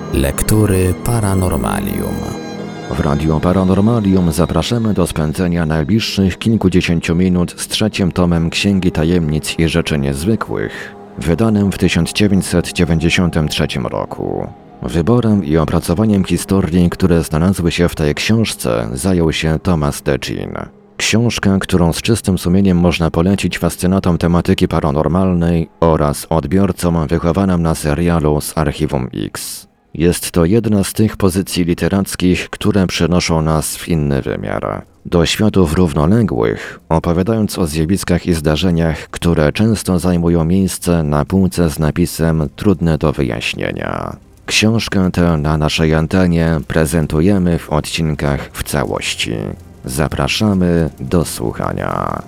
Lektury Paranormalium. W Radiu Paranormalium zapraszamy do spędzenia najbliższych kilkudziesięciu minut z trzecim tomem Księgi Tajemnic i Rzeczy Niezwykłych, wydanym w 1993 roku. Wyborem i opracowaniem historii, które znalazły się w tej książce, zajął się Thomas Decin. Książka, którą z czystym sumieniem można polecić fascynatom tematyki paranormalnej oraz odbiorcom wychowanym na serialu z Archiwum X. Jest to jedna z tych pozycji literackich, które przenoszą nas w inny wymiar, do światów równoległych, opowiadając o zjawiskach i zdarzeniach, które często zajmują miejsce na półce z napisem trudne do wyjaśnienia. Książkę tę na naszej antenie prezentujemy w odcinkach w całości. Zapraszamy do słuchania.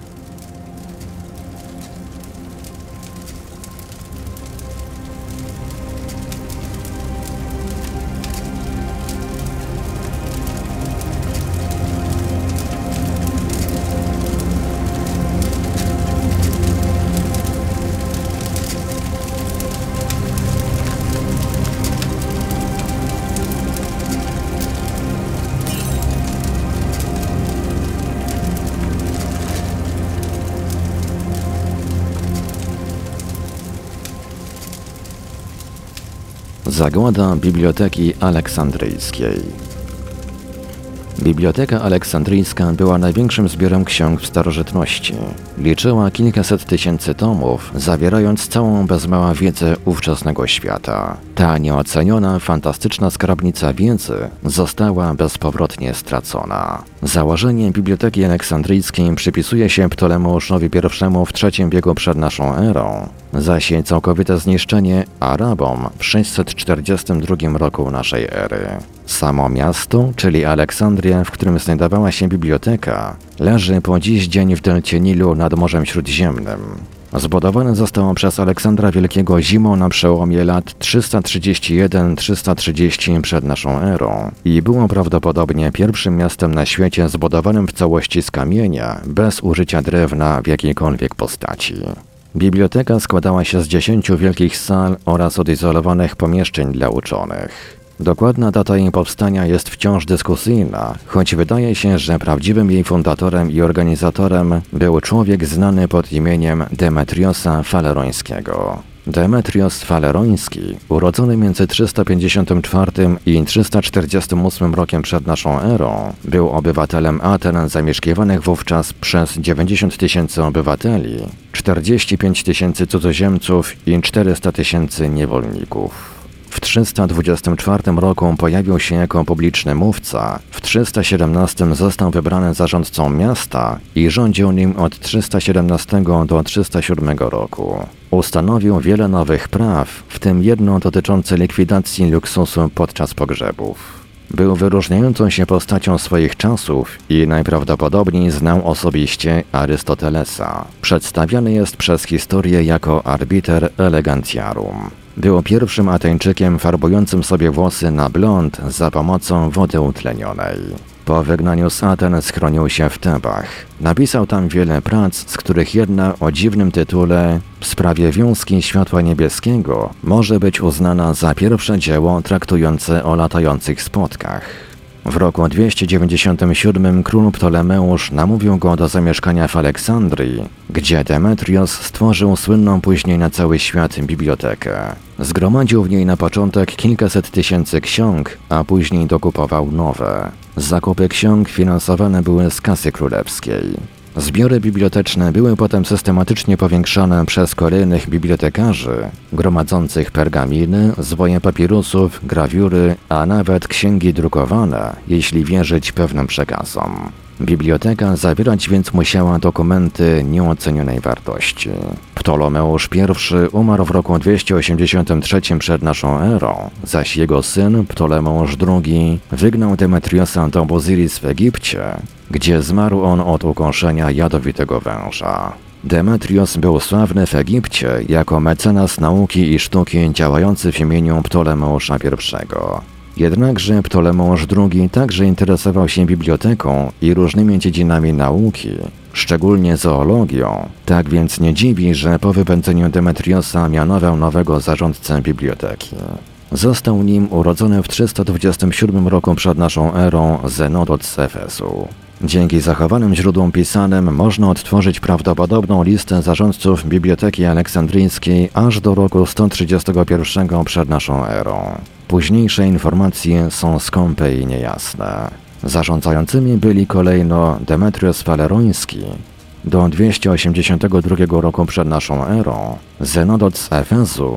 Zagłada Biblioteki Aleksandryjskiej. Biblioteka Aleksandryjska była największym zbiorem ksiąg w starożytności. Liczyła kilkaset tysięcy tomów, zawierając całą bez mała wiedzę ówczesnego świata. Ta nieoceniona, fantastyczna skarbnica wiedzy została bezpowrotnie stracona. Założenie Biblioteki Aleksandryjskiej przypisuje się Ptolemeuszowi I w III wieku przed naszą erą, zaś jej całkowite zniszczenie Arabom w 642 roku naszej ery. Samo miasto, czyli Aleksandria, w którym znajdowała się biblioteka, leży po dziś dzień w delcie Nilu nad Morzem Śródziemnym. Zbudowane zostało przez Aleksandra Wielkiego zimą na przełomie lat 331-330 przed naszą erą i było prawdopodobnie pierwszym miastem na świecie zbudowanym w całości z kamienia, bez użycia drewna w jakiejkolwiek postaci. Biblioteka składała się z 10 wielkich sal oraz odizolowanych pomieszczeń dla uczonych. Dokładna data jej powstania jest wciąż dyskusyjna, choć wydaje się, że prawdziwym jej fundatorem i organizatorem był człowiek znany pod imieniem Demetriosa Falerońskiego. Demetrios Faleroński, urodzony między 354 i 348 rokiem przed naszą erą, był obywatelem Aten zamieszkiwanych wówczas przez 90 tysięcy obywateli, 45 tysięcy cudzoziemców i 400 tysięcy niewolników. W 324 roku pojawił się jako publiczny mówca, w 317 został wybrany zarządcą miasta i rządził nim od 317 do 307 roku. Ustanowił wiele nowych praw, w tym jedno dotyczące likwidacji luksusu podczas pogrzebów. Był wyróżniającą się postacią swoich czasów i najprawdopodobniej znał osobiście Arystotelesa. Przedstawiany jest przez historię jako arbiter elegantiarum. Był pierwszym Ateńczykiem farbującym sobie włosy na blond za pomocą wody utlenionej. Po wygnaniu z Aten schronił się w Tebach. Napisał tam wiele prac, z których jedna o dziwnym tytule w sprawie wiązki światła niebieskiego może być uznana za pierwsze dzieło traktujące o latających spotkach. W roku 297 król Ptolemeusz namówił go do zamieszkania w Aleksandrii, gdzie Demetrios stworzył słynną później na cały świat bibliotekę. Zgromadził w niej na początek kilkaset tysięcy ksiąg, a później dokupował nowe. Zakupy ksiąg finansowane były z kasy królewskiej. Zbiory biblioteczne były potem systematycznie powiększane przez kolejnych bibliotekarzy, gromadzących pergaminy, zwoje papirusów, grawiury, a nawet księgi drukowane, jeśli wierzyć pewnym przekazom. Biblioteka zawierać więc musiała dokumenty nieocenionej wartości. Ptolemeusz I umarł w roku 283 przed naszą erą, zaś jego syn Ptolemeusz II wygnał Demetriosa do Buziris w Egipcie, gdzie zmarł on od ukąszenia jadowitego węża. Demetrios był sławny w Egipcie jako mecenas nauki i sztuki działający w imieniu Ptolemeusza I. Jednakże Ptolemeusz II także interesował się biblioteką i różnymi dziedzinami nauki, szczególnie zoologią. Tak więc nie dziwi, że po wypędzeniu Demetriosa mianował nowego zarządcę biblioteki. Został nim urodzony w 327 roku przed naszą erą Zenodot z Efesu. Dzięki zachowanym źródłom pisanym można odtworzyć prawdopodobną listę zarządców Biblioteki Aleksandryjskiej aż do roku 131 przed naszą erą. Późniejsze informacje są skąpe i niejasne. Zarządzającymi byli kolejno Demetrios Faleroński do 282 roku przed naszą erą, Zenodot z Efezu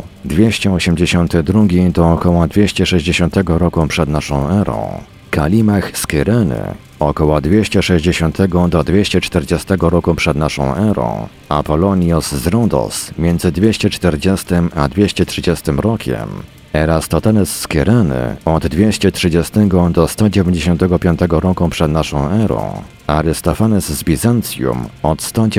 282 do około 260 roku przed naszą erą, Kalimach z Kyreny około 260 do 240 roku przed naszą erą, Apolonios z Rodos między 240 a 230 rokiem, Erastotenes z Kyreny od 230 do 195 roku przed naszą erą, Arystofanes z Bizancjum od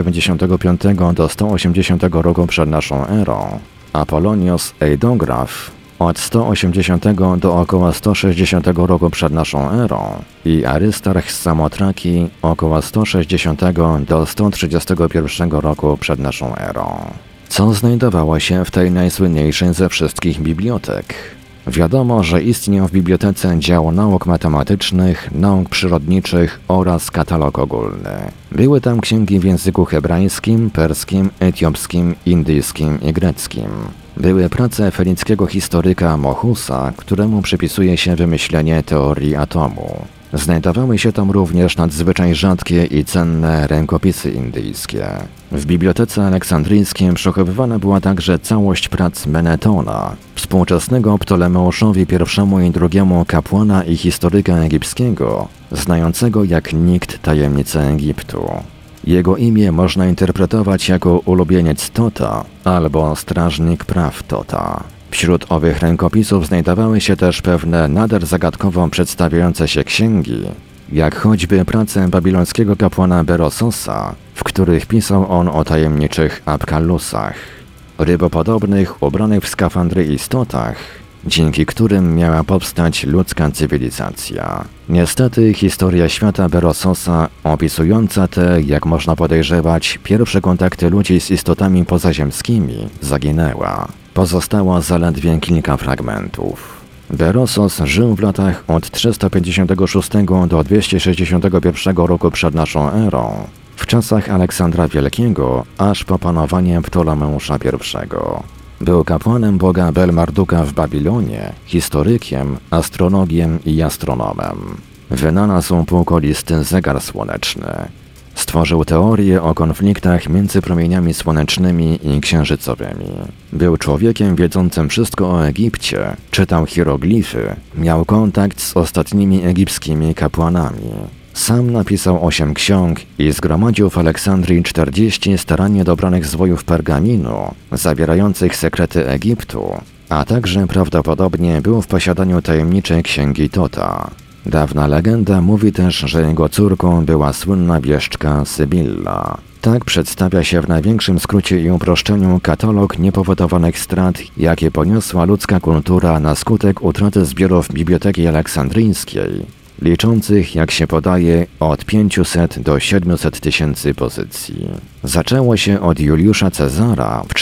195 do 180 roku przed naszą erą, Apolonios Eidograf od 180 do około 160 roku przed naszą erą i Arystarch z Samotraki około 160 do 131 roku przed naszą erą. Co znajdowało się w tej najsłynniejszej ze wszystkich bibliotek? Wiadomo, że istniał w bibliotece dział nauk matematycznych, nauk przyrodniczych oraz katalog ogólny. Były tam księgi w języku hebrajskim, perskim, etiopskim, indyjskim i greckim. Były prace fenickiego historyka Mochusa, któremu przypisuje się wymyślenie teorii atomu. Znajdowały się tam również nadzwyczaj rzadkie i cenne rękopisy indyjskie. W Bibliotece Aleksandryjskiej przechowywana była także całość prac Menetona, współczesnego Ptolemeuszowi I i II kapłana i historyka egipskiego, znającego jak nikt tajemnice Egiptu. Jego imię można interpretować jako ulubieniec Tota albo strażnik praw Tota. Wśród owych rękopisów znajdowały się też pewne nader zagadkowo przedstawiające się księgi, jak choćby prace babilońskiego kapłana Berososa, w których pisał on o tajemniczych Apkallusach, rybopodobnych, ubranych w skafandry istotach, dzięki którym miała powstać ludzka cywilizacja. Niestety historia świata Berososa, opisująca te, jak można podejrzewać, pierwsze kontakty ludzi z istotami pozaziemskimi, zaginęła. Pozostało zaledwie kilka fragmentów. Berosos żył w latach od 356 do 261 roku przed naszą erą, w czasach Aleksandra Wielkiego, aż po panowanie Ptolemeusza I. Był kapłanem boga Bel-Marduka w Babilonie, historykiem, astrologiem i astronomem. Wynalazł półkolisty zegar słoneczny. Stworzył teorię o konfliktach między promieniami słonecznymi i księżycowymi. Był człowiekiem wiedzącym wszystko o Egipcie, czytał hieroglify, miał kontakt z ostatnimi egipskimi kapłanami. Sam napisał 8 ksiąg i zgromadził w Aleksandrii 40 starannie dobranych zwojów pergaminu, zawierających sekrety Egiptu, a także prawdopodobnie był w posiadaniu tajemniczej księgi Tota. Dawna legenda mówi też, że jego córką była słynna wieszczka Sybilla. Tak przedstawia się w największym skrócie i uproszczeniu katalog niepowodowanych strat, jakie poniosła ludzka kultura na skutek utraty zbiorów Biblioteki Aleksandryjskiej, liczących, jak się podaje, od 500 do 700 tysięcy pozycji. Zaczęło się od Juliusza Cezara w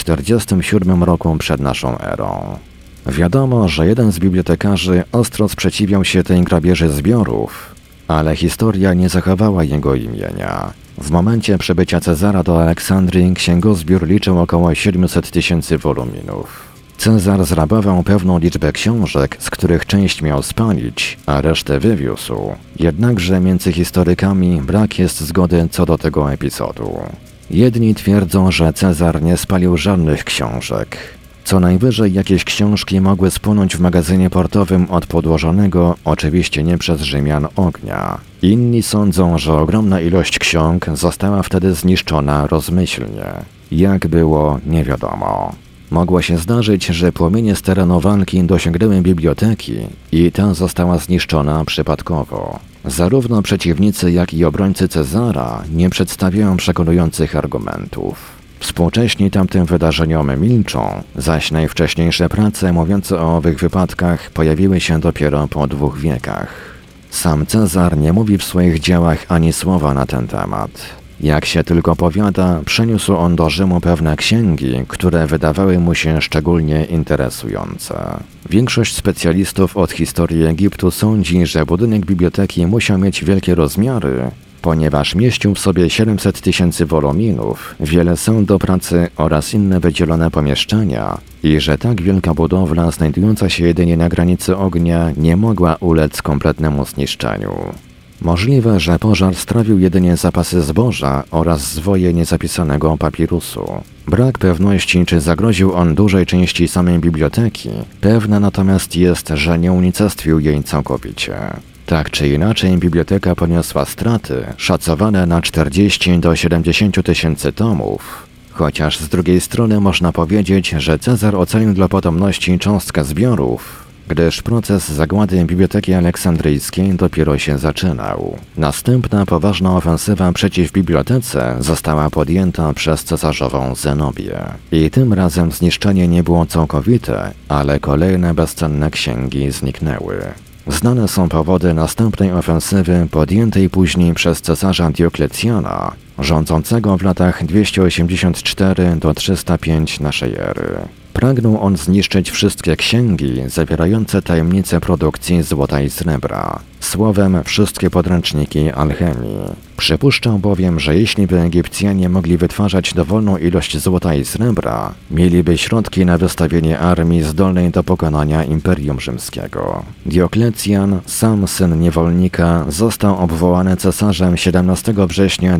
47 roku przed naszą erą. Wiadomo, że jeden z bibliotekarzy ostro sprzeciwiał się tej grabieży zbiorów, ale historia nie zachowała jego imienia. W momencie przybycia Cezara do Aleksandrii księgozbiór liczył około 700 tysięcy woluminów. Cezar zrabował pewną liczbę książek, z których część miał spalić, a resztę wywiózł. Jednakże między historykami brak jest zgody co do tego epizodu. Jedni twierdzą, że Cezar nie spalił żadnych książek. Co najwyżej jakieś książki mogły spłonąć w magazynie portowym od podłożonego, oczywiście nie przez Rzymian, ognia. Inni sądzą, że ogromna ilość ksiąg została wtedy zniszczona rozmyślnie. Jak było, nie wiadomo. Mogło się zdarzyć, że płomienie z terenu walki dosięgnęły biblioteki i ta została zniszczona przypadkowo. Zarówno przeciwnicy, jak i obrońcy Cezara nie przedstawiają przekonujących argumentów. Współcześni tamtym wydarzeniom milczą, zaś najwcześniejsze prace mówiące o owych wypadkach pojawiły się dopiero po 2 wiekach. Sam Cezar nie mówi w swoich dziełach ani słowa na ten temat. Jak się tylko powiada, przeniósł on do Rzymu pewne księgi, które wydawały mu się szczególnie interesujące. Większość specjalistów od historii Egiptu sądzi, że budynek biblioteki musiał mieć wielkie rozmiary, ponieważ mieścił w sobie 700 000 woluminów, wiele sąd do pracy oraz inne wydzielone pomieszczenia i że tak wielka budowla znajdująca się jedynie na granicy ognia nie mogła ulec kompletnemu zniszczeniu. Możliwe, że pożar strawił jedynie zapasy zboża oraz zwoje niezapisanego papirusu. Brak pewności, czy zagroził on dużej części samej biblioteki, pewne natomiast jest, że nie unicestwił jej całkowicie. Tak czy inaczej, biblioteka poniosła straty szacowane na 40 do 70 000 tomów. Chociaż z drugiej strony można powiedzieć, że Cezar ocalił dla potomności cząstkę zbiorów, gdyż proces zagłady Biblioteki Aleksandryjskiej dopiero się zaczynał. Następna poważna ofensywa przeciw bibliotece została podjęta przez cesarzową Zenobię. I tym razem zniszczenie nie było całkowite, ale kolejne bezcenne księgi zniknęły. Znane są powody następnej ofensywy podjętej później przez cesarza Dioklecjana, rządzącego w latach 284 do 305 naszej ery. Pragnął on zniszczyć wszystkie księgi zawierające tajemnice produkcji złota i srebra, słowem wszystkie podręczniki alchemii. Przypuszczał bowiem, że jeśli by Egipcjanie mogli wytwarzać dowolną ilość złota i srebra, mieliby środki na wystawienie armii zdolnej do pokonania Imperium Rzymskiego. Dioklecjan, sam syn niewolnika, został obwołany cesarzem 17 września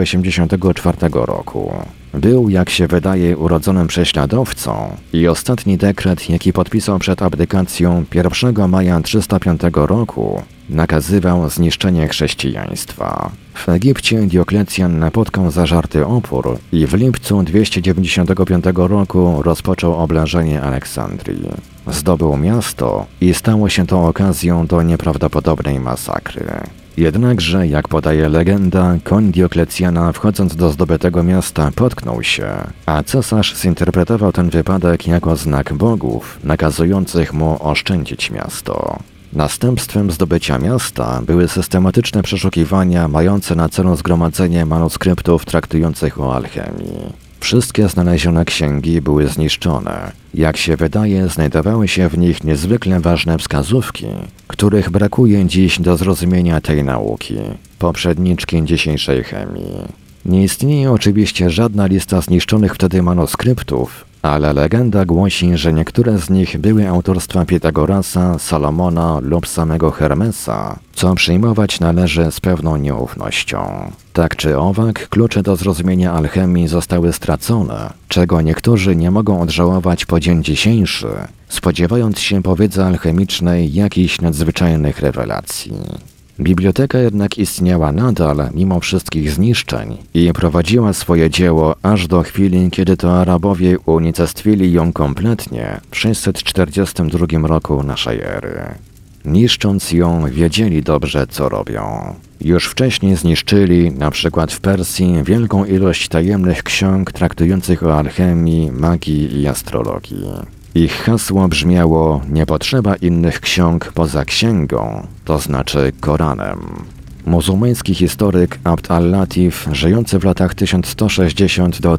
284 roku. Był, jak się wydaje, urodzonym prześladowcą i ostatni dekret, jaki podpisał przed abdykacją 1 maja 305 roku, nakazywał zniszczenie chrześcijaństwa. W Egipcie Dioklecjan napotkał zażarty opór i w lipcu 295 roku rozpoczął oblężenie Aleksandrii. Zdobył miasto i stało się to okazją do nieprawdopodobnej masakry. Jednakże, jak podaje legenda, koń Dioklecjana wchodząc do zdobytego miasta potknął się, a cesarz zinterpretował ten wypadek jako znak bogów, nakazujących mu oszczędzić miasto. Następstwem zdobycia miasta były systematyczne przeszukiwania mające na celu zgromadzenie manuskryptów traktujących o alchemii. Wszystkie znalezione księgi były zniszczone. Jak się wydaje, znajdowały się w nich niezwykle ważne wskazówki, których brakuje dziś do zrozumienia tej nauki, poprzedniczki dzisiejszej chemii. Nie istnieje oczywiście żadna lista zniszczonych wtedy manuskryptów, ale legenda głosi, że niektóre z nich były autorstwa Pitagorasa, Salomona lub samego Hermesa, co przyjmować należy z pewną nieufnością. Tak czy owak, klucze do zrozumienia alchemii zostały stracone, czego niektórzy nie mogą odżałować po dzień dzisiejszy, spodziewając się po wiedzy alchemicznej jakichś nadzwyczajnych rewelacji. Biblioteka jednak istniała nadal mimo wszystkich zniszczeń i prowadziła swoje dzieło aż do chwili, kiedy to Arabowie unicestwili ją kompletnie w 642 roku naszej ery. Niszcząc ją, wiedzieli dobrze, co robią. Już wcześniej zniszczyli, na przykład w Persji, wielką ilość tajemnych ksiąg traktujących o alchemii, magii i astrologii. Ich hasło brzmiało: nie potrzeba innych ksiąg poza księgą, to znaczy Koranem. Muzułmański historyk Abd al-Latif, żyjący w latach 1160 do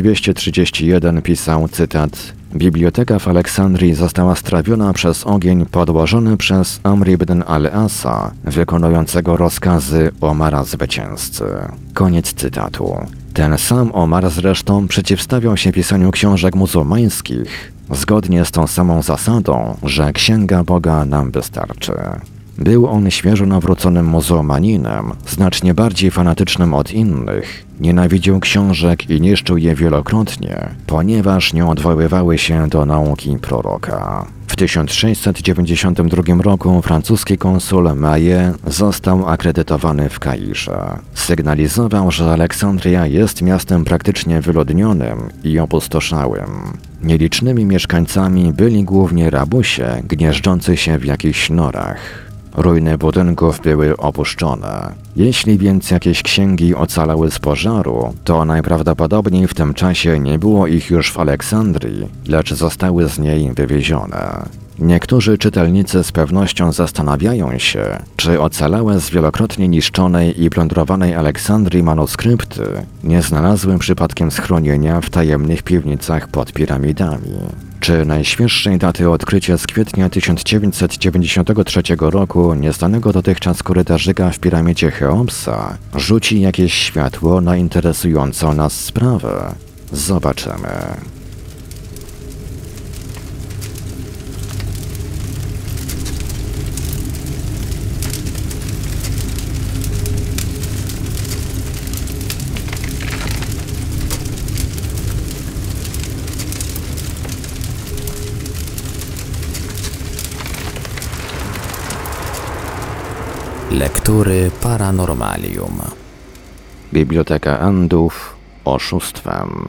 1231, pisał, cytat: Biblioteka w Aleksandrii została strawiona przez ogień podłożony przez Amr ibn al-Asa, wykonującego rozkazy Omara zwycięzcy. Koniec cytatu. Ten sam Omar zresztą przeciwstawiał się pisaniu książek muzułmańskich, zgodnie z tą samą zasadą, że księga Boga nam wystarczy. Był on świeżo nawróconym muzułmaninem, znacznie bardziej fanatycznym od innych. Nienawidził książek i niszczył je wielokrotnie, ponieważ nie odwoływały się do nauki proroka. W 1692 roku francuski konsul Maillet został akredytowany w Kairze. Sygnalizował, że Aleksandria jest miastem praktycznie wyludnionym i opustoszałym. Nielicznymi mieszkańcami byli głównie rabusie gnieżdżący się w jakichś norach. Ruiny budynków były opuszczone. Jeśli więc jakieś księgi ocalały z pożaru, to najprawdopodobniej w tym czasie nie było ich już w Aleksandrii, lecz zostały z niej wywiezione. Niektórzy czytelnicy z pewnością zastanawiają się, czy ocalałe z wielokrotnie niszczonej i plądrowanej Aleksandrii manuskrypty nie znalazły przypadkiem schronienia w tajemnych piwnicach pod piramidami. Czy najświeższej daty odkrycia z kwietnia 1993 roku nieznanego dotychczas korytarzyka w piramidzie Cheopsa rzuci jakieś światło na interesującą nas sprawę? Zobaczymy. Lektury Paranormalium. Biblioteka Andów oszustwem.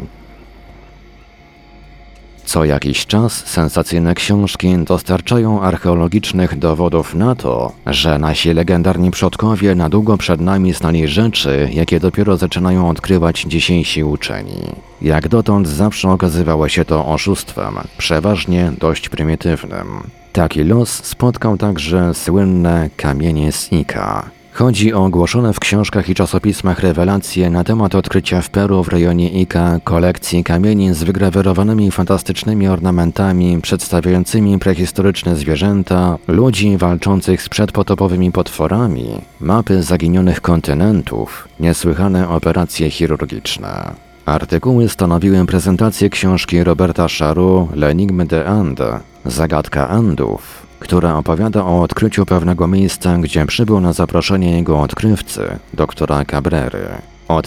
Co jakiś czas sensacyjne książki dostarczają archeologicznych dowodów na to, że nasi legendarni przodkowie na długo przed nami znali rzeczy, jakie dopiero zaczynają odkrywać dzisiejsi uczeni. Jak dotąd zawsze okazywało się to oszustwem, przeważnie dość prymitywnym. Taki los spotkał także słynne kamienie z Ika. Chodzi o ogłoszone w książkach i czasopismach rewelacje na temat odkrycia w Peru w rejonie Ika kolekcji kamieni z wygrawerowanymi fantastycznymi ornamentami przedstawiającymi prehistoryczne zwierzęta, ludzi walczących z przedpotopowymi potworami, mapy zaginionych kontynentów, niesłychane operacje chirurgiczne. Artykuły stanowiły prezentację książki Roberta Charroux L'Énigme des Andes, Zagadka Andów, która opowiada o odkryciu pewnego miejsca, gdzie przybył na zaproszenie jego odkrywcy, doktora Cabrery. Od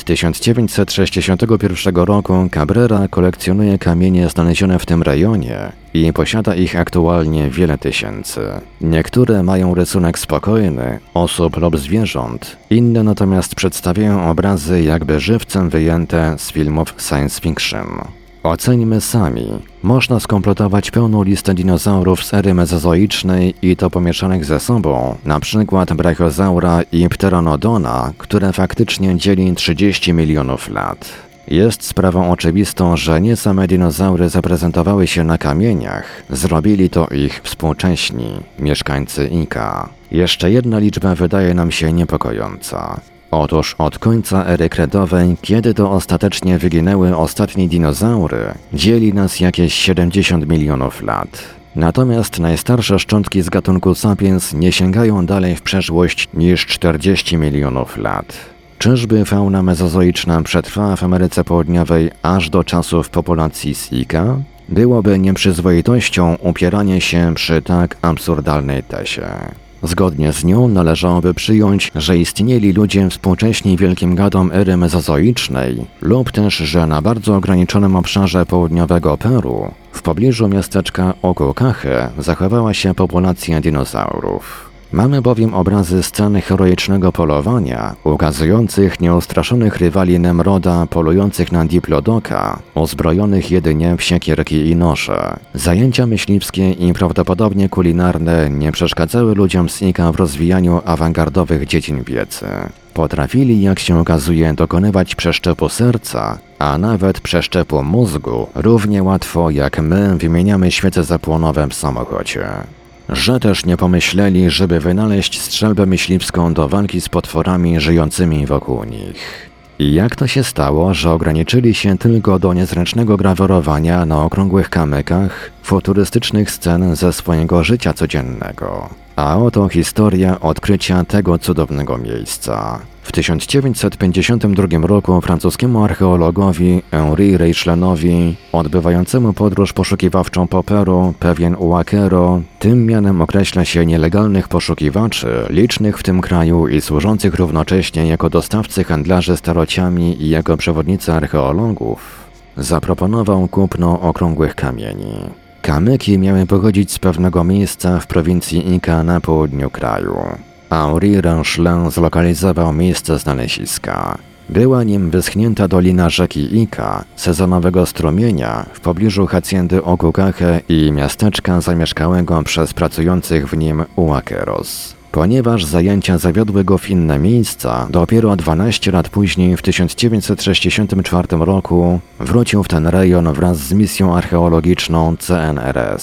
1961 roku Cabrera kolekcjonuje kamienie znalezione w tym rejonie i posiada ich aktualnie wiele tysięcy. Niektóre mają rysunek spokojny, osób lub zwierząt, inne natomiast przedstawiają obrazy jakby żywcem wyjęte z filmów science fiction. Oceńmy sami. Można skompletować pełną listę dinozaurów z ery mezozoicznej i to pomieszanych ze sobą, na przykład brachiozaura i pteranodona, które faktycznie dzieli 30 milionów lat. Jest sprawą oczywistą, że nie same dinozaury zaprezentowały się na kamieniach, zrobili to ich współcześni, mieszkańcy Ika. Jeszcze jedna liczba wydaje nam się niepokojąca. Otóż od końca ery kredowej, kiedy to ostatecznie wyginęły ostatnie dinozaury, dzieli nas jakieś 70 milionów lat. Natomiast najstarsze szczątki z gatunku sapiens nie sięgają dalej w przeszłość niż 40 milionów lat. Czyżby fauna mezozoiczna przetrwała w Ameryce Południowej aż do czasów populacji Sika? Byłoby nieprzyzwoitością upieranie się przy tak absurdalnej tezie. Zgodnie z nią należałoby przyjąć, że istnieli ludzie współcześni wielkim gadom ery mezozoicznej lub też, że na bardzo ograniczonym obszarze południowego Peru, w pobliżu miasteczka Ococache, zachowała się populacja dinozaurów. Mamy bowiem obrazy sceny heroicznego polowania, ukazujących nieustraszonych rywali Nemroda polujących na Diplodoka, uzbrojonych jedynie w siekierki i noże. Zajęcia myśliwskie i prawdopodobnie kulinarne nie przeszkadzały ludziom z Ika w rozwijaniu awangardowych dziedzin wiedzy. Potrafili, jak się okazuje, dokonywać przeszczepu serca, a nawet przeszczepu mózgu, równie łatwo jak my wymieniamy świece zapłonowe w samochodzie. Że też nie pomyśleli, żeby wynaleźć strzelbę myśliwską do walki z potworami żyjącymi wokół nich. I jak to się stało, że ograniczyli się tylko do niezręcznego grawerowania na okrągłych kamykach futurystycznych scen ze swojego życia codziennego? A oto historia odkrycia tego cudownego miejsca. W 1952 roku francuskiemu archeologowi Henri Reichlenowi, odbywającemu podróż poszukiwawczą po Peru, pewien Uakero, tym mianem określa się nielegalnych poszukiwaczy, licznych w tym kraju i służących równocześnie jako dostawcy handlarzy starociami i jako przewodnicy archeologów, zaproponował kupno okrągłych kamieni. Kamyki miały pochodzić z pewnego miejsca w prowincji Ika na południu kraju. Henri Reichlin zlokalizował miejsce znaleziska. Była nim wyschnięta dolina rzeki Ika, sezonowego strumienia w pobliżu haciendy Ococache i miasteczka zamieszkałego przez pracujących w nim Uakeros. Ponieważ zajęcia zawiodły go w inne miejsca, dopiero 12 lat później, w 1964 roku, wrócił w ten rejon wraz z misją archeologiczną CNRS.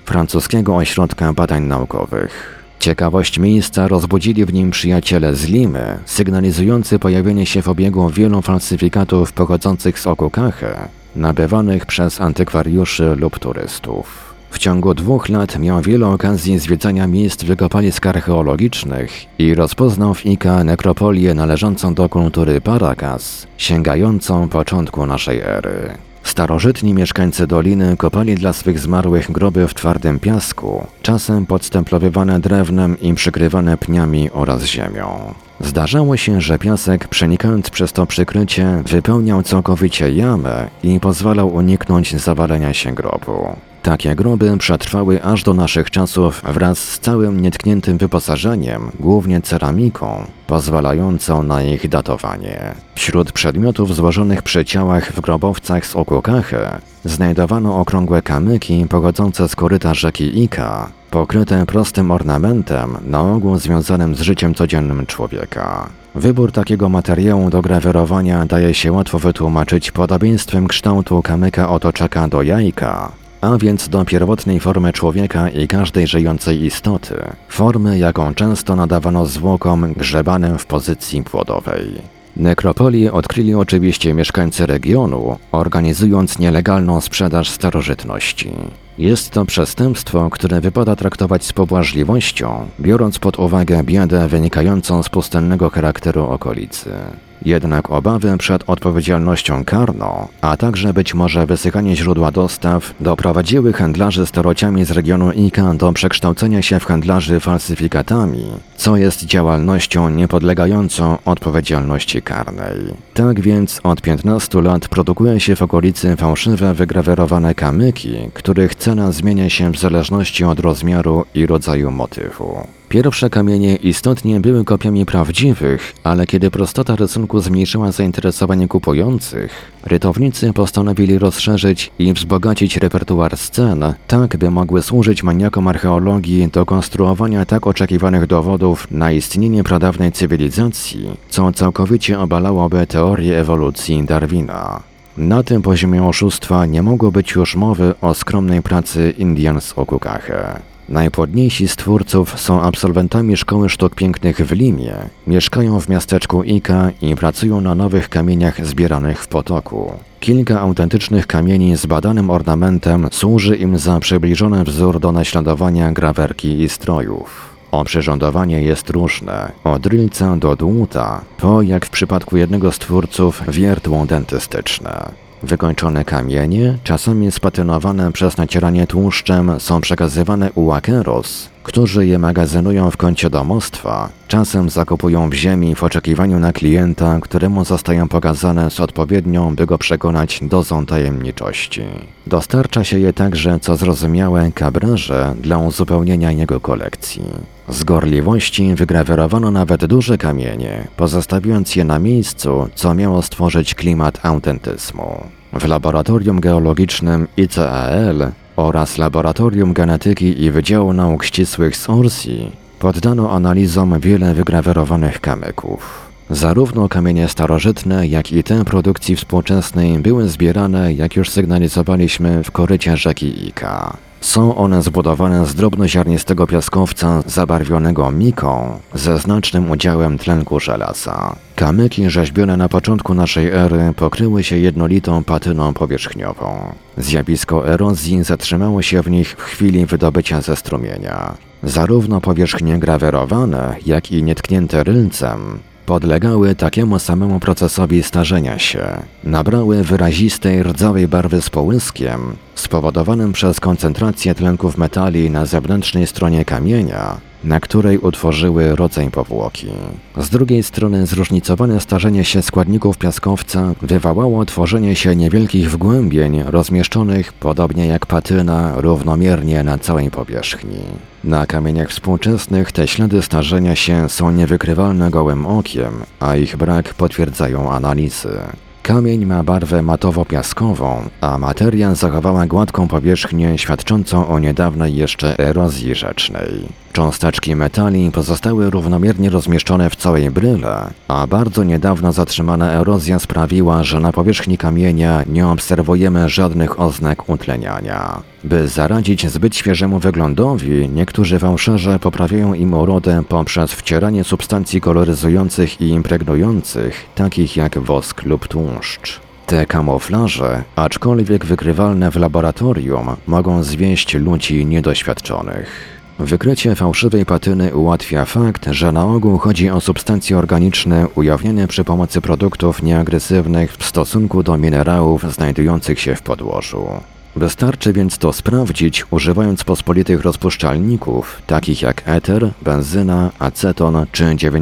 francuskiego ośrodka badań naukowych. Ciekawość miejsca rozbudzili w nim przyjaciele z Limy, sygnalizujący pojawienie się w obiegu wielu falsyfikatów pochodzących z Okukachę, nabywanych przez antykwariuszy lub turystów. W ciągu 2 lat miał wiele okazji zwiedzania miejsc wykopalisk archeologicznych i rozpoznał w Ika nekropolię należącą do kultury Paracas, sięgającą początku naszej ery. Starożytni mieszkańcy doliny kopali dla swych zmarłych groby w twardym piasku, czasem podstemplowywane drewnem i przykrywane pniami oraz ziemią. Zdarzało się, że piasek, przenikając przez to przykrycie, wypełniał całkowicie jamę i pozwalał uniknąć zawalenia się grobu. Takie groby przetrwały aż do naszych czasów wraz z całym nietkniętym wyposażeniem, głównie ceramiką, pozwalającą na ich datowanie. Wśród przedmiotów złożonych przy ciałach w grobowcach z Okukachę znajdowano okrągłe kamyki pochodzące z koryta rzeki Ika, pokryte prostym ornamentem, na ogół związanym z życiem codziennym człowieka. Wybór takiego materiału do grawerowania daje się łatwo wytłumaczyć podobieństwem kształtu kamyka otoczaka do jajka, a więc do pierwotnej formy człowieka i każdej żyjącej istoty, formy jaką często nadawano zwłokom grzebanym w pozycji płodowej. Nekropolię odkryli oczywiście mieszkańcy regionu, organizując nielegalną sprzedaż starożytności. Jest to przestępstwo, które wypada traktować z pobłażliwością, biorąc pod uwagę biedę wynikającą z pustynnego charakteru okolicy. Jednak obawy przed odpowiedzialnością karną, a także być może wysychanie źródła dostaw, doprowadziły handlarzy starociami z regionu Ika do przekształcenia się w handlarzy falsyfikatami, co jest działalnością niepodlegającą odpowiedzialności karnej. Tak więc od 15 lat produkuje się w okolicy fałszywe wygrawerowane kamyki, których cena zmienia się w zależności od rozmiaru i rodzaju motywu. Pierwsze kamienie istotnie były kopiami prawdziwych, ale kiedy prostota rysunku zmniejszyła zainteresowanie kupujących, rytownicy postanowili rozszerzyć i wzbogacić repertuar scen, tak by mogły służyć maniakom archeologii do konstruowania tak oczekiwanych dowodów na istnienie pradawnej cywilizacji, co całkowicie obalałoby teorię ewolucji Darwina. Na tym poziomie oszustwa nie mogło być już mowy o skromnej pracy Indian z Okukachę. Najpłodniejsi z twórców są absolwentami Szkoły Sztuk Pięknych w Limie, mieszkają w miasteczku Ika i pracują na nowych kamieniach zbieranych w potoku. Kilka autentycznych kamieni z badanym ornamentem służy im za przybliżony wzór do naśladowania grawerki i strojów. Oprzyrządowanie jest różne, od rylca do dłuta, po, jak w przypadku jednego z twórców, wiertło dentystyczne. Wykończone kamienie, czasami spatynowane przez nacieranie tłuszczem, są przekazywane u łakeros, którzy je magazynują w kącie domostwa, czasem zakopują w ziemi w oczekiwaniu na klienta, któremu zostają pokazane z odpowiednią, by go przekonać, dozą tajemniczości. Dostarcza się je także, co zrozumiałe, kabrerze dla uzupełnienia jego kolekcji. Z gorliwości wygrawerowano nawet duże kamienie, pozostawiając je na miejscu, co miało stworzyć klimat autentyzmu. W laboratorium geologicznym ICAL oraz Laboratorium Genetyki i Wydziału Nauk Ścisłych z Orsi poddano analizom wiele wygrawerowanych kamyków. Zarówno kamienie starożytne, jak i te produkcji współczesnej były zbierane, jak już sygnalizowaliśmy, w korycie rzeki Ika. Są one zbudowane z drobnoziarnistego piaskowca zabarwionego miką ze znacznym udziałem tlenku żelaza. Kamyki rzeźbione na początku naszej ery pokryły się jednolitą patyną powierzchniową. Zjawisko erozji zatrzymało się w nich w chwili wydobycia ze strumienia. Zarówno powierzchnie grawerowane, jak i nietknięte rylcem podlegały takiemu samemu procesowi starzenia się. Nabrały wyrazistej, rdzawej barwy z połyskiem, spowodowanym przez koncentrację tlenków metali na zewnętrznej stronie kamienia, na której utworzyły rodzaj powłoki. Z drugiej strony zróżnicowane starzenie się składników piaskowca wywołało tworzenie się niewielkich wgłębień rozmieszczonych, podobnie jak patyna, równomiernie na całej powierzchni. Na kamieniach współczesnych te ślady starzenia się są niewykrywalne gołym okiem, a ich brak potwierdzają analizy. Kamień ma barwę matowo-piaskową, a materia zachowała gładką powierzchnię świadczącą o niedawnej jeszcze erozji rzecznej. Cząsteczki metali pozostały równomiernie rozmieszczone w całej bryle, a bardzo niedawno zatrzymana erozja sprawiła, że na powierzchni kamienia nie obserwujemy żadnych oznak utleniania. By zaradzić zbyt świeżemu wyglądowi, niektórzy fałszerze poprawiają im urodę poprzez wcieranie substancji koloryzujących i impregnujących, takich jak wosk lub tłuszcz. Te kamuflaże, aczkolwiek wykrywalne w laboratorium, mogą zwieść ludzi niedoświadczonych. Wykrycie fałszywej patyny ułatwia fakt, że na ogół chodzi o substancje organiczne ujawnione przy pomocy produktów nieagresywnych w stosunku do minerałów znajdujących się w podłożu. Wystarczy więc to sprawdzić, używając pospolitych rozpuszczalników, takich jak eter, benzyna, aceton czy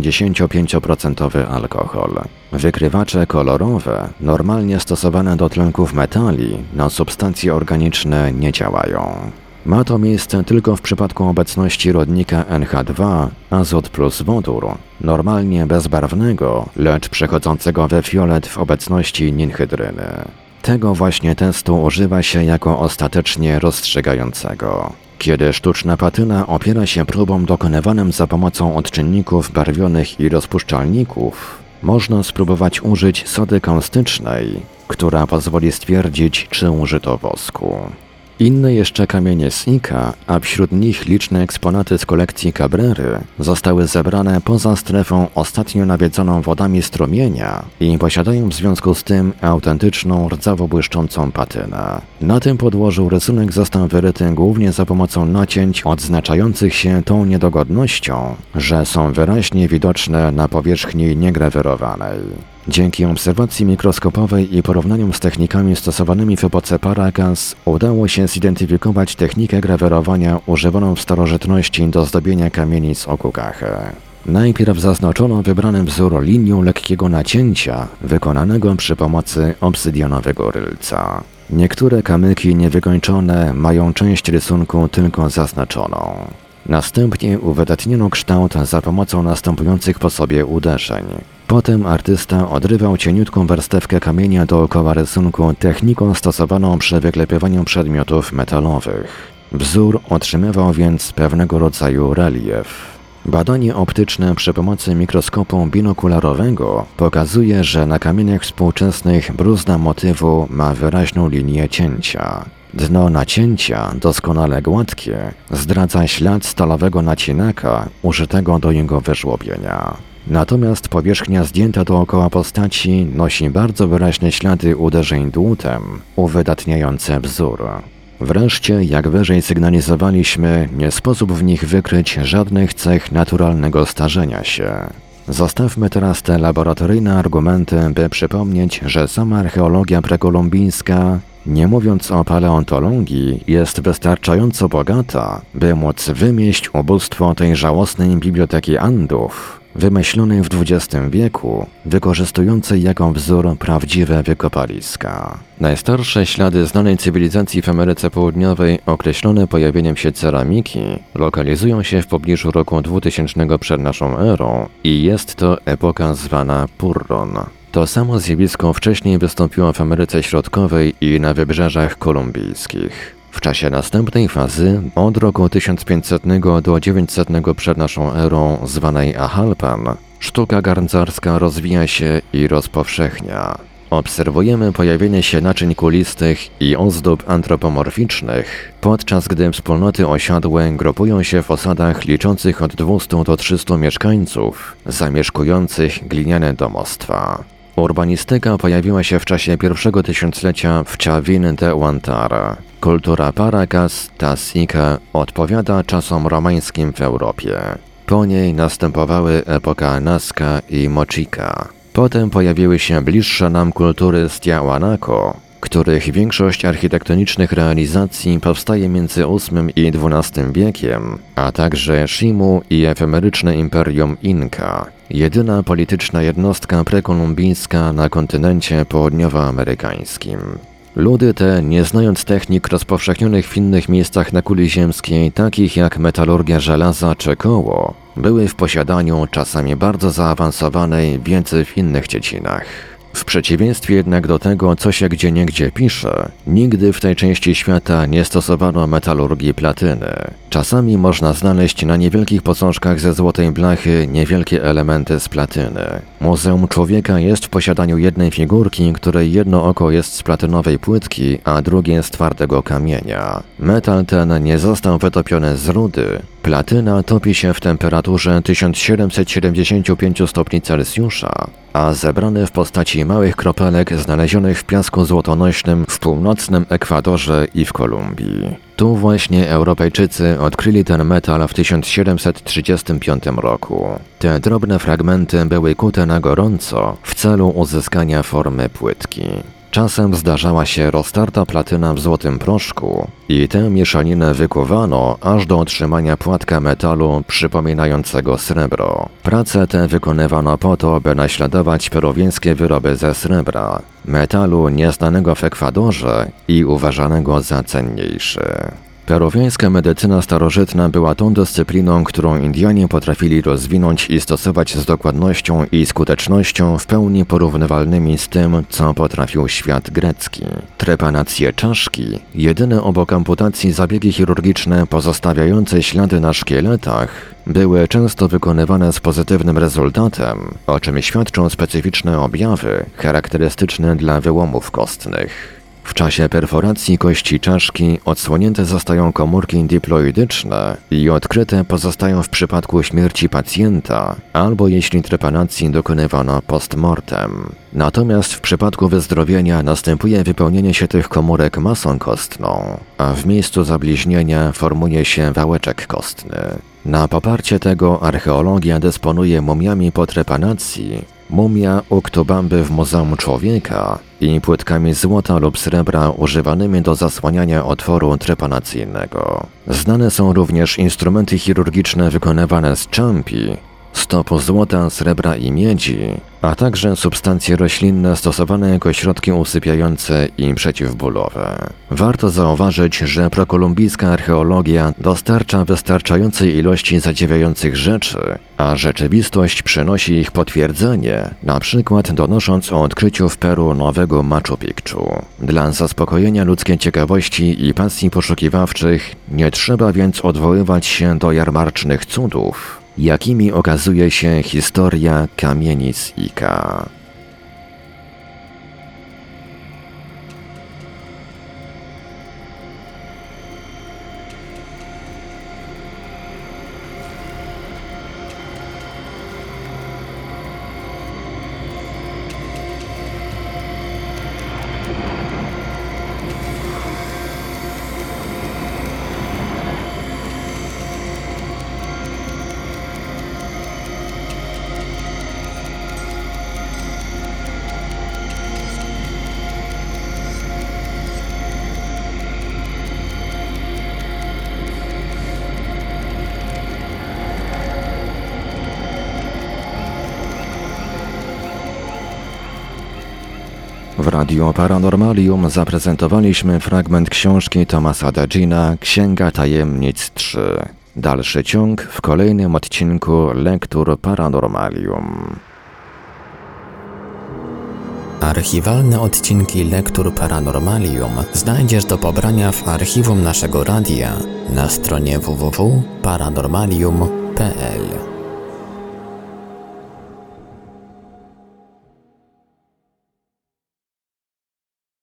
95% alkohol. Wykrywacze kolorowe, normalnie stosowane do tlenków metali, na substancje organiczne nie działają. Ma to miejsce tylko w przypadku obecności rodnika NH2, azot plus wodór, normalnie bezbarwnego, lecz przechodzącego we fiolet w obecności ninhydryny. Tego właśnie testu używa się jako ostatecznie rozstrzygającego. Kiedy sztuczna patyna opiera się próbom dokonywanym za pomocą odczynników barwionych i rozpuszczalników, można spróbować użyć sody kaustycznej, która pozwoli stwierdzić, czy użyto wosku. Inne jeszcze kamienie Sika, a wśród nich liczne eksponaty z kolekcji Cabrery, zostały zebrane poza strefą ostatnio nawiedzoną wodami strumienia i posiadają w związku z tym autentyczną, rdzawo błyszczącą patynę. Na tym podłożu rysunek został wyryty głównie za pomocą nacięć odznaczających się tą niedogodnością, że są wyraźnie widoczne na powierzchni niegrawerowanej. Dzięki obserwacji mikroskopowej i porównaniom z technikami stosowanymi w epoce Paracas udało się zidentyfikować technikę grawerowania używaną w starożytności do zdobienia kamienic Okukache. Najpierw zaznaczono wybrany wzór linią lekkiego nacięcia, wykonanego przy pomocy obsydianowego rylca. Niektóre kamyki niewykończone mają część rysunku tylko zaznaczoną. Następnie uwydatniono kształt za pomocą następujących po sobie uderzeń. Potem artysta odrywał cieniutką warstewkę kamienia dookoła rysunku techniką stosowaną przy wyklepywaniu przedmiotów metalowych. Wzór otrzymywał więc pewnego rodzaju relief. Badanie optyczne przy pomocy mikroskopu binokularowego pokazuje, że na kamieniach współczesnych bruzda motywu ma wyraźną linię cięcia. Dno nacięcia, doskonale gładkie, zdradza ślad stalowego nacinaka użytego do jego wyżłobienia. Natomiast powierzchnia zdjęta dookoła postaci nosi bardzo wyraźne ślady uderzeń dłutem, uwydatniające wzór. Wreszcie, jak wyżej sygnalizowaliśmy, nie sposób w nich wykryć żadnych cech naturalnego starzenia się. Zostawmy teraz te laboratoryjne argumenty, by przypomnieć, że sama archeologia prekolumbijska, nie mówiąc o paleontologii, jest wystarczająco bogata, by móc wymieść ubóstwo tej żałosnej biblioteki Andów, wymyślonej w XX wieku, wykorzystującej jako wzór prawdziwe wykopaliska. Najstarsze ślady znanej cywilizacji w Ameryce Południowej, określone pojawieniem się ceramiki, lokalizują się w pobliżu roku 2000 przed naszą erą i jest to epoka zwana Purron. To samo zjawisko wcześniej wystąpiło w Ameryce Środkowej i na wybrzeżach kolumbijskich. W czasie następnej fazy, od roku 1500 do 900 przed naszą erą, zwanej Ahalpan, sztuka garncarska rozwija się i rozpowszechnia. Obserwujemy pojawienie się naczyń kulistych i ozdób antropomorficznych, podczas gdy wspólnoty osiadłe grupują się w osadach liczących od 200 do 300 mieszkańców, zamieszkujących gliniane domostwa. Urbanistyka pojawiła się w czasie pierwszego tysiąclecia w Chavin de Huantar. Kultura Paracas, ta Sika, odpowiada czasom romańskim w Europie. Po niej następowały epoka Nazca i Mochica. Potem pojawiły się bliższe nam kultury z Tiahuanaco, których większość architektonicznych realizacji powstaje między VIII i XII wiekiem, a także Shimu i efemeryczne imperium Inka, jedyna polityczna jednostka prekolumbijska na kontynencie południowoamerykańskim. Ludy te, nie znając technik rozpowszechnionych w innych miejscach na kuli ziemskiej, takich jak metalurgia żelaza czy koło, były w posiadaniu czasami bardzo zaawansowanej wiedzy w innych dziedzinach. W przeciwieństwie jednak do tego, co się gdzieniegdzie pisze, nigdy w tej części świata nie stosowano metalurgii platyny. Czasami można znaleźć na niewielkich posążkach ze złotej blachy niewielkie elementy z platyny. Muzeum Człowieka jest w posiadaniu jednej figurki, której jedno oko jest z platynowej płytki, a drugie z twardego kamienia. Metal ten nie został wytopiony z rudy. Platyna topi się w temperaturze 1775 stopni Celsjusza, a zebrany w postaci małych kropelek znalezionych w piasku złotonośnym w północnym Ekwadorze i w Kolumbii. Tu właśnie Europejczycy odkryli ten metal w 1735 roku. Te drobne fragmenty były kute na gorąco w celu uzyskania formy płytki. Czasem zdarzała się roztarta platyna w złotym proszku i tę mieszaninę wykuwano aż do otrzymania płatka metalu przypominającego srebro. Prace te wykonywano po to, by naśladować peruwiańskie wyroby ze srebra, metalu nieznanego w Ekwadorze i uważanego za cenniejszy. Peruwiańska medycyna starożytna była tą dyscypliną, którą Indianie potrafili rozwinąć i stosować z dokładnością i skutecznością w pełni porównywalnymi z tym, co potrafił świat grecki. Trepanacje czaszki, jedyne obok amputacji zabiegi chirurgiczne pozostawiające ślady na szkieletach, były często wykonywane z pozytywnym rezultatem, o czym świadczą specyficzne objawy charakterystyczne dla wyłomów kostnych. W czasie perforacji kości czaszki odsłonięte zostają komórki diploidyczne i odkryte pozostają w przypadku śmierci pacjenta albo jeśli trepanacji dokonywano post mortem. Natomiast w przypadku wyzdrowienia następuje wypełnienie się tych komórek masą kostną, a w miejscu zabliźnienia formuje się wałeczek kostny. Na poparcie tego archeologia dysponuje mumiami po trepanacji, mumia Uktubamby w Muzeum Człowieka i płytkami złota lub srebra używanymi do zasłaniania otworu trepanacyjnego. Znane są również instrumenty chirurgiczne wykonywane z czampi, stopu złota, srebra i miedzi, a także substancje roślinne stosowane jako środki usypiające i przeciwbólowe. Warto zauważyć, że prokolumbijska archeologia dostarcza wystarczającej ilości zadziwiających rzeczy, a rzeczywistość przynosi ich potwierdzenie, na przykład donosząc o odkryciu w Peru nowego Machu Picchu. Dla zaspokojenia ludzkiej ciekawości i pasji poszukiwawczych nie trzeba więc odwoływać się do jarmarcznych cudów, jakimi okazuje się historia kamienic Ika. W Radiu Paranormalium zaprezentowaliśmy fragment książki Thomasa Degina Księga Tajemnic 3. Dalszy ciąg w kolejnym odcinku Lektur Paranormalium. Archiwalne odcinki Lektur Paranormalium znajdziesz do pobrania w archiwum naszego radia na stronie www.paranormalium.pl.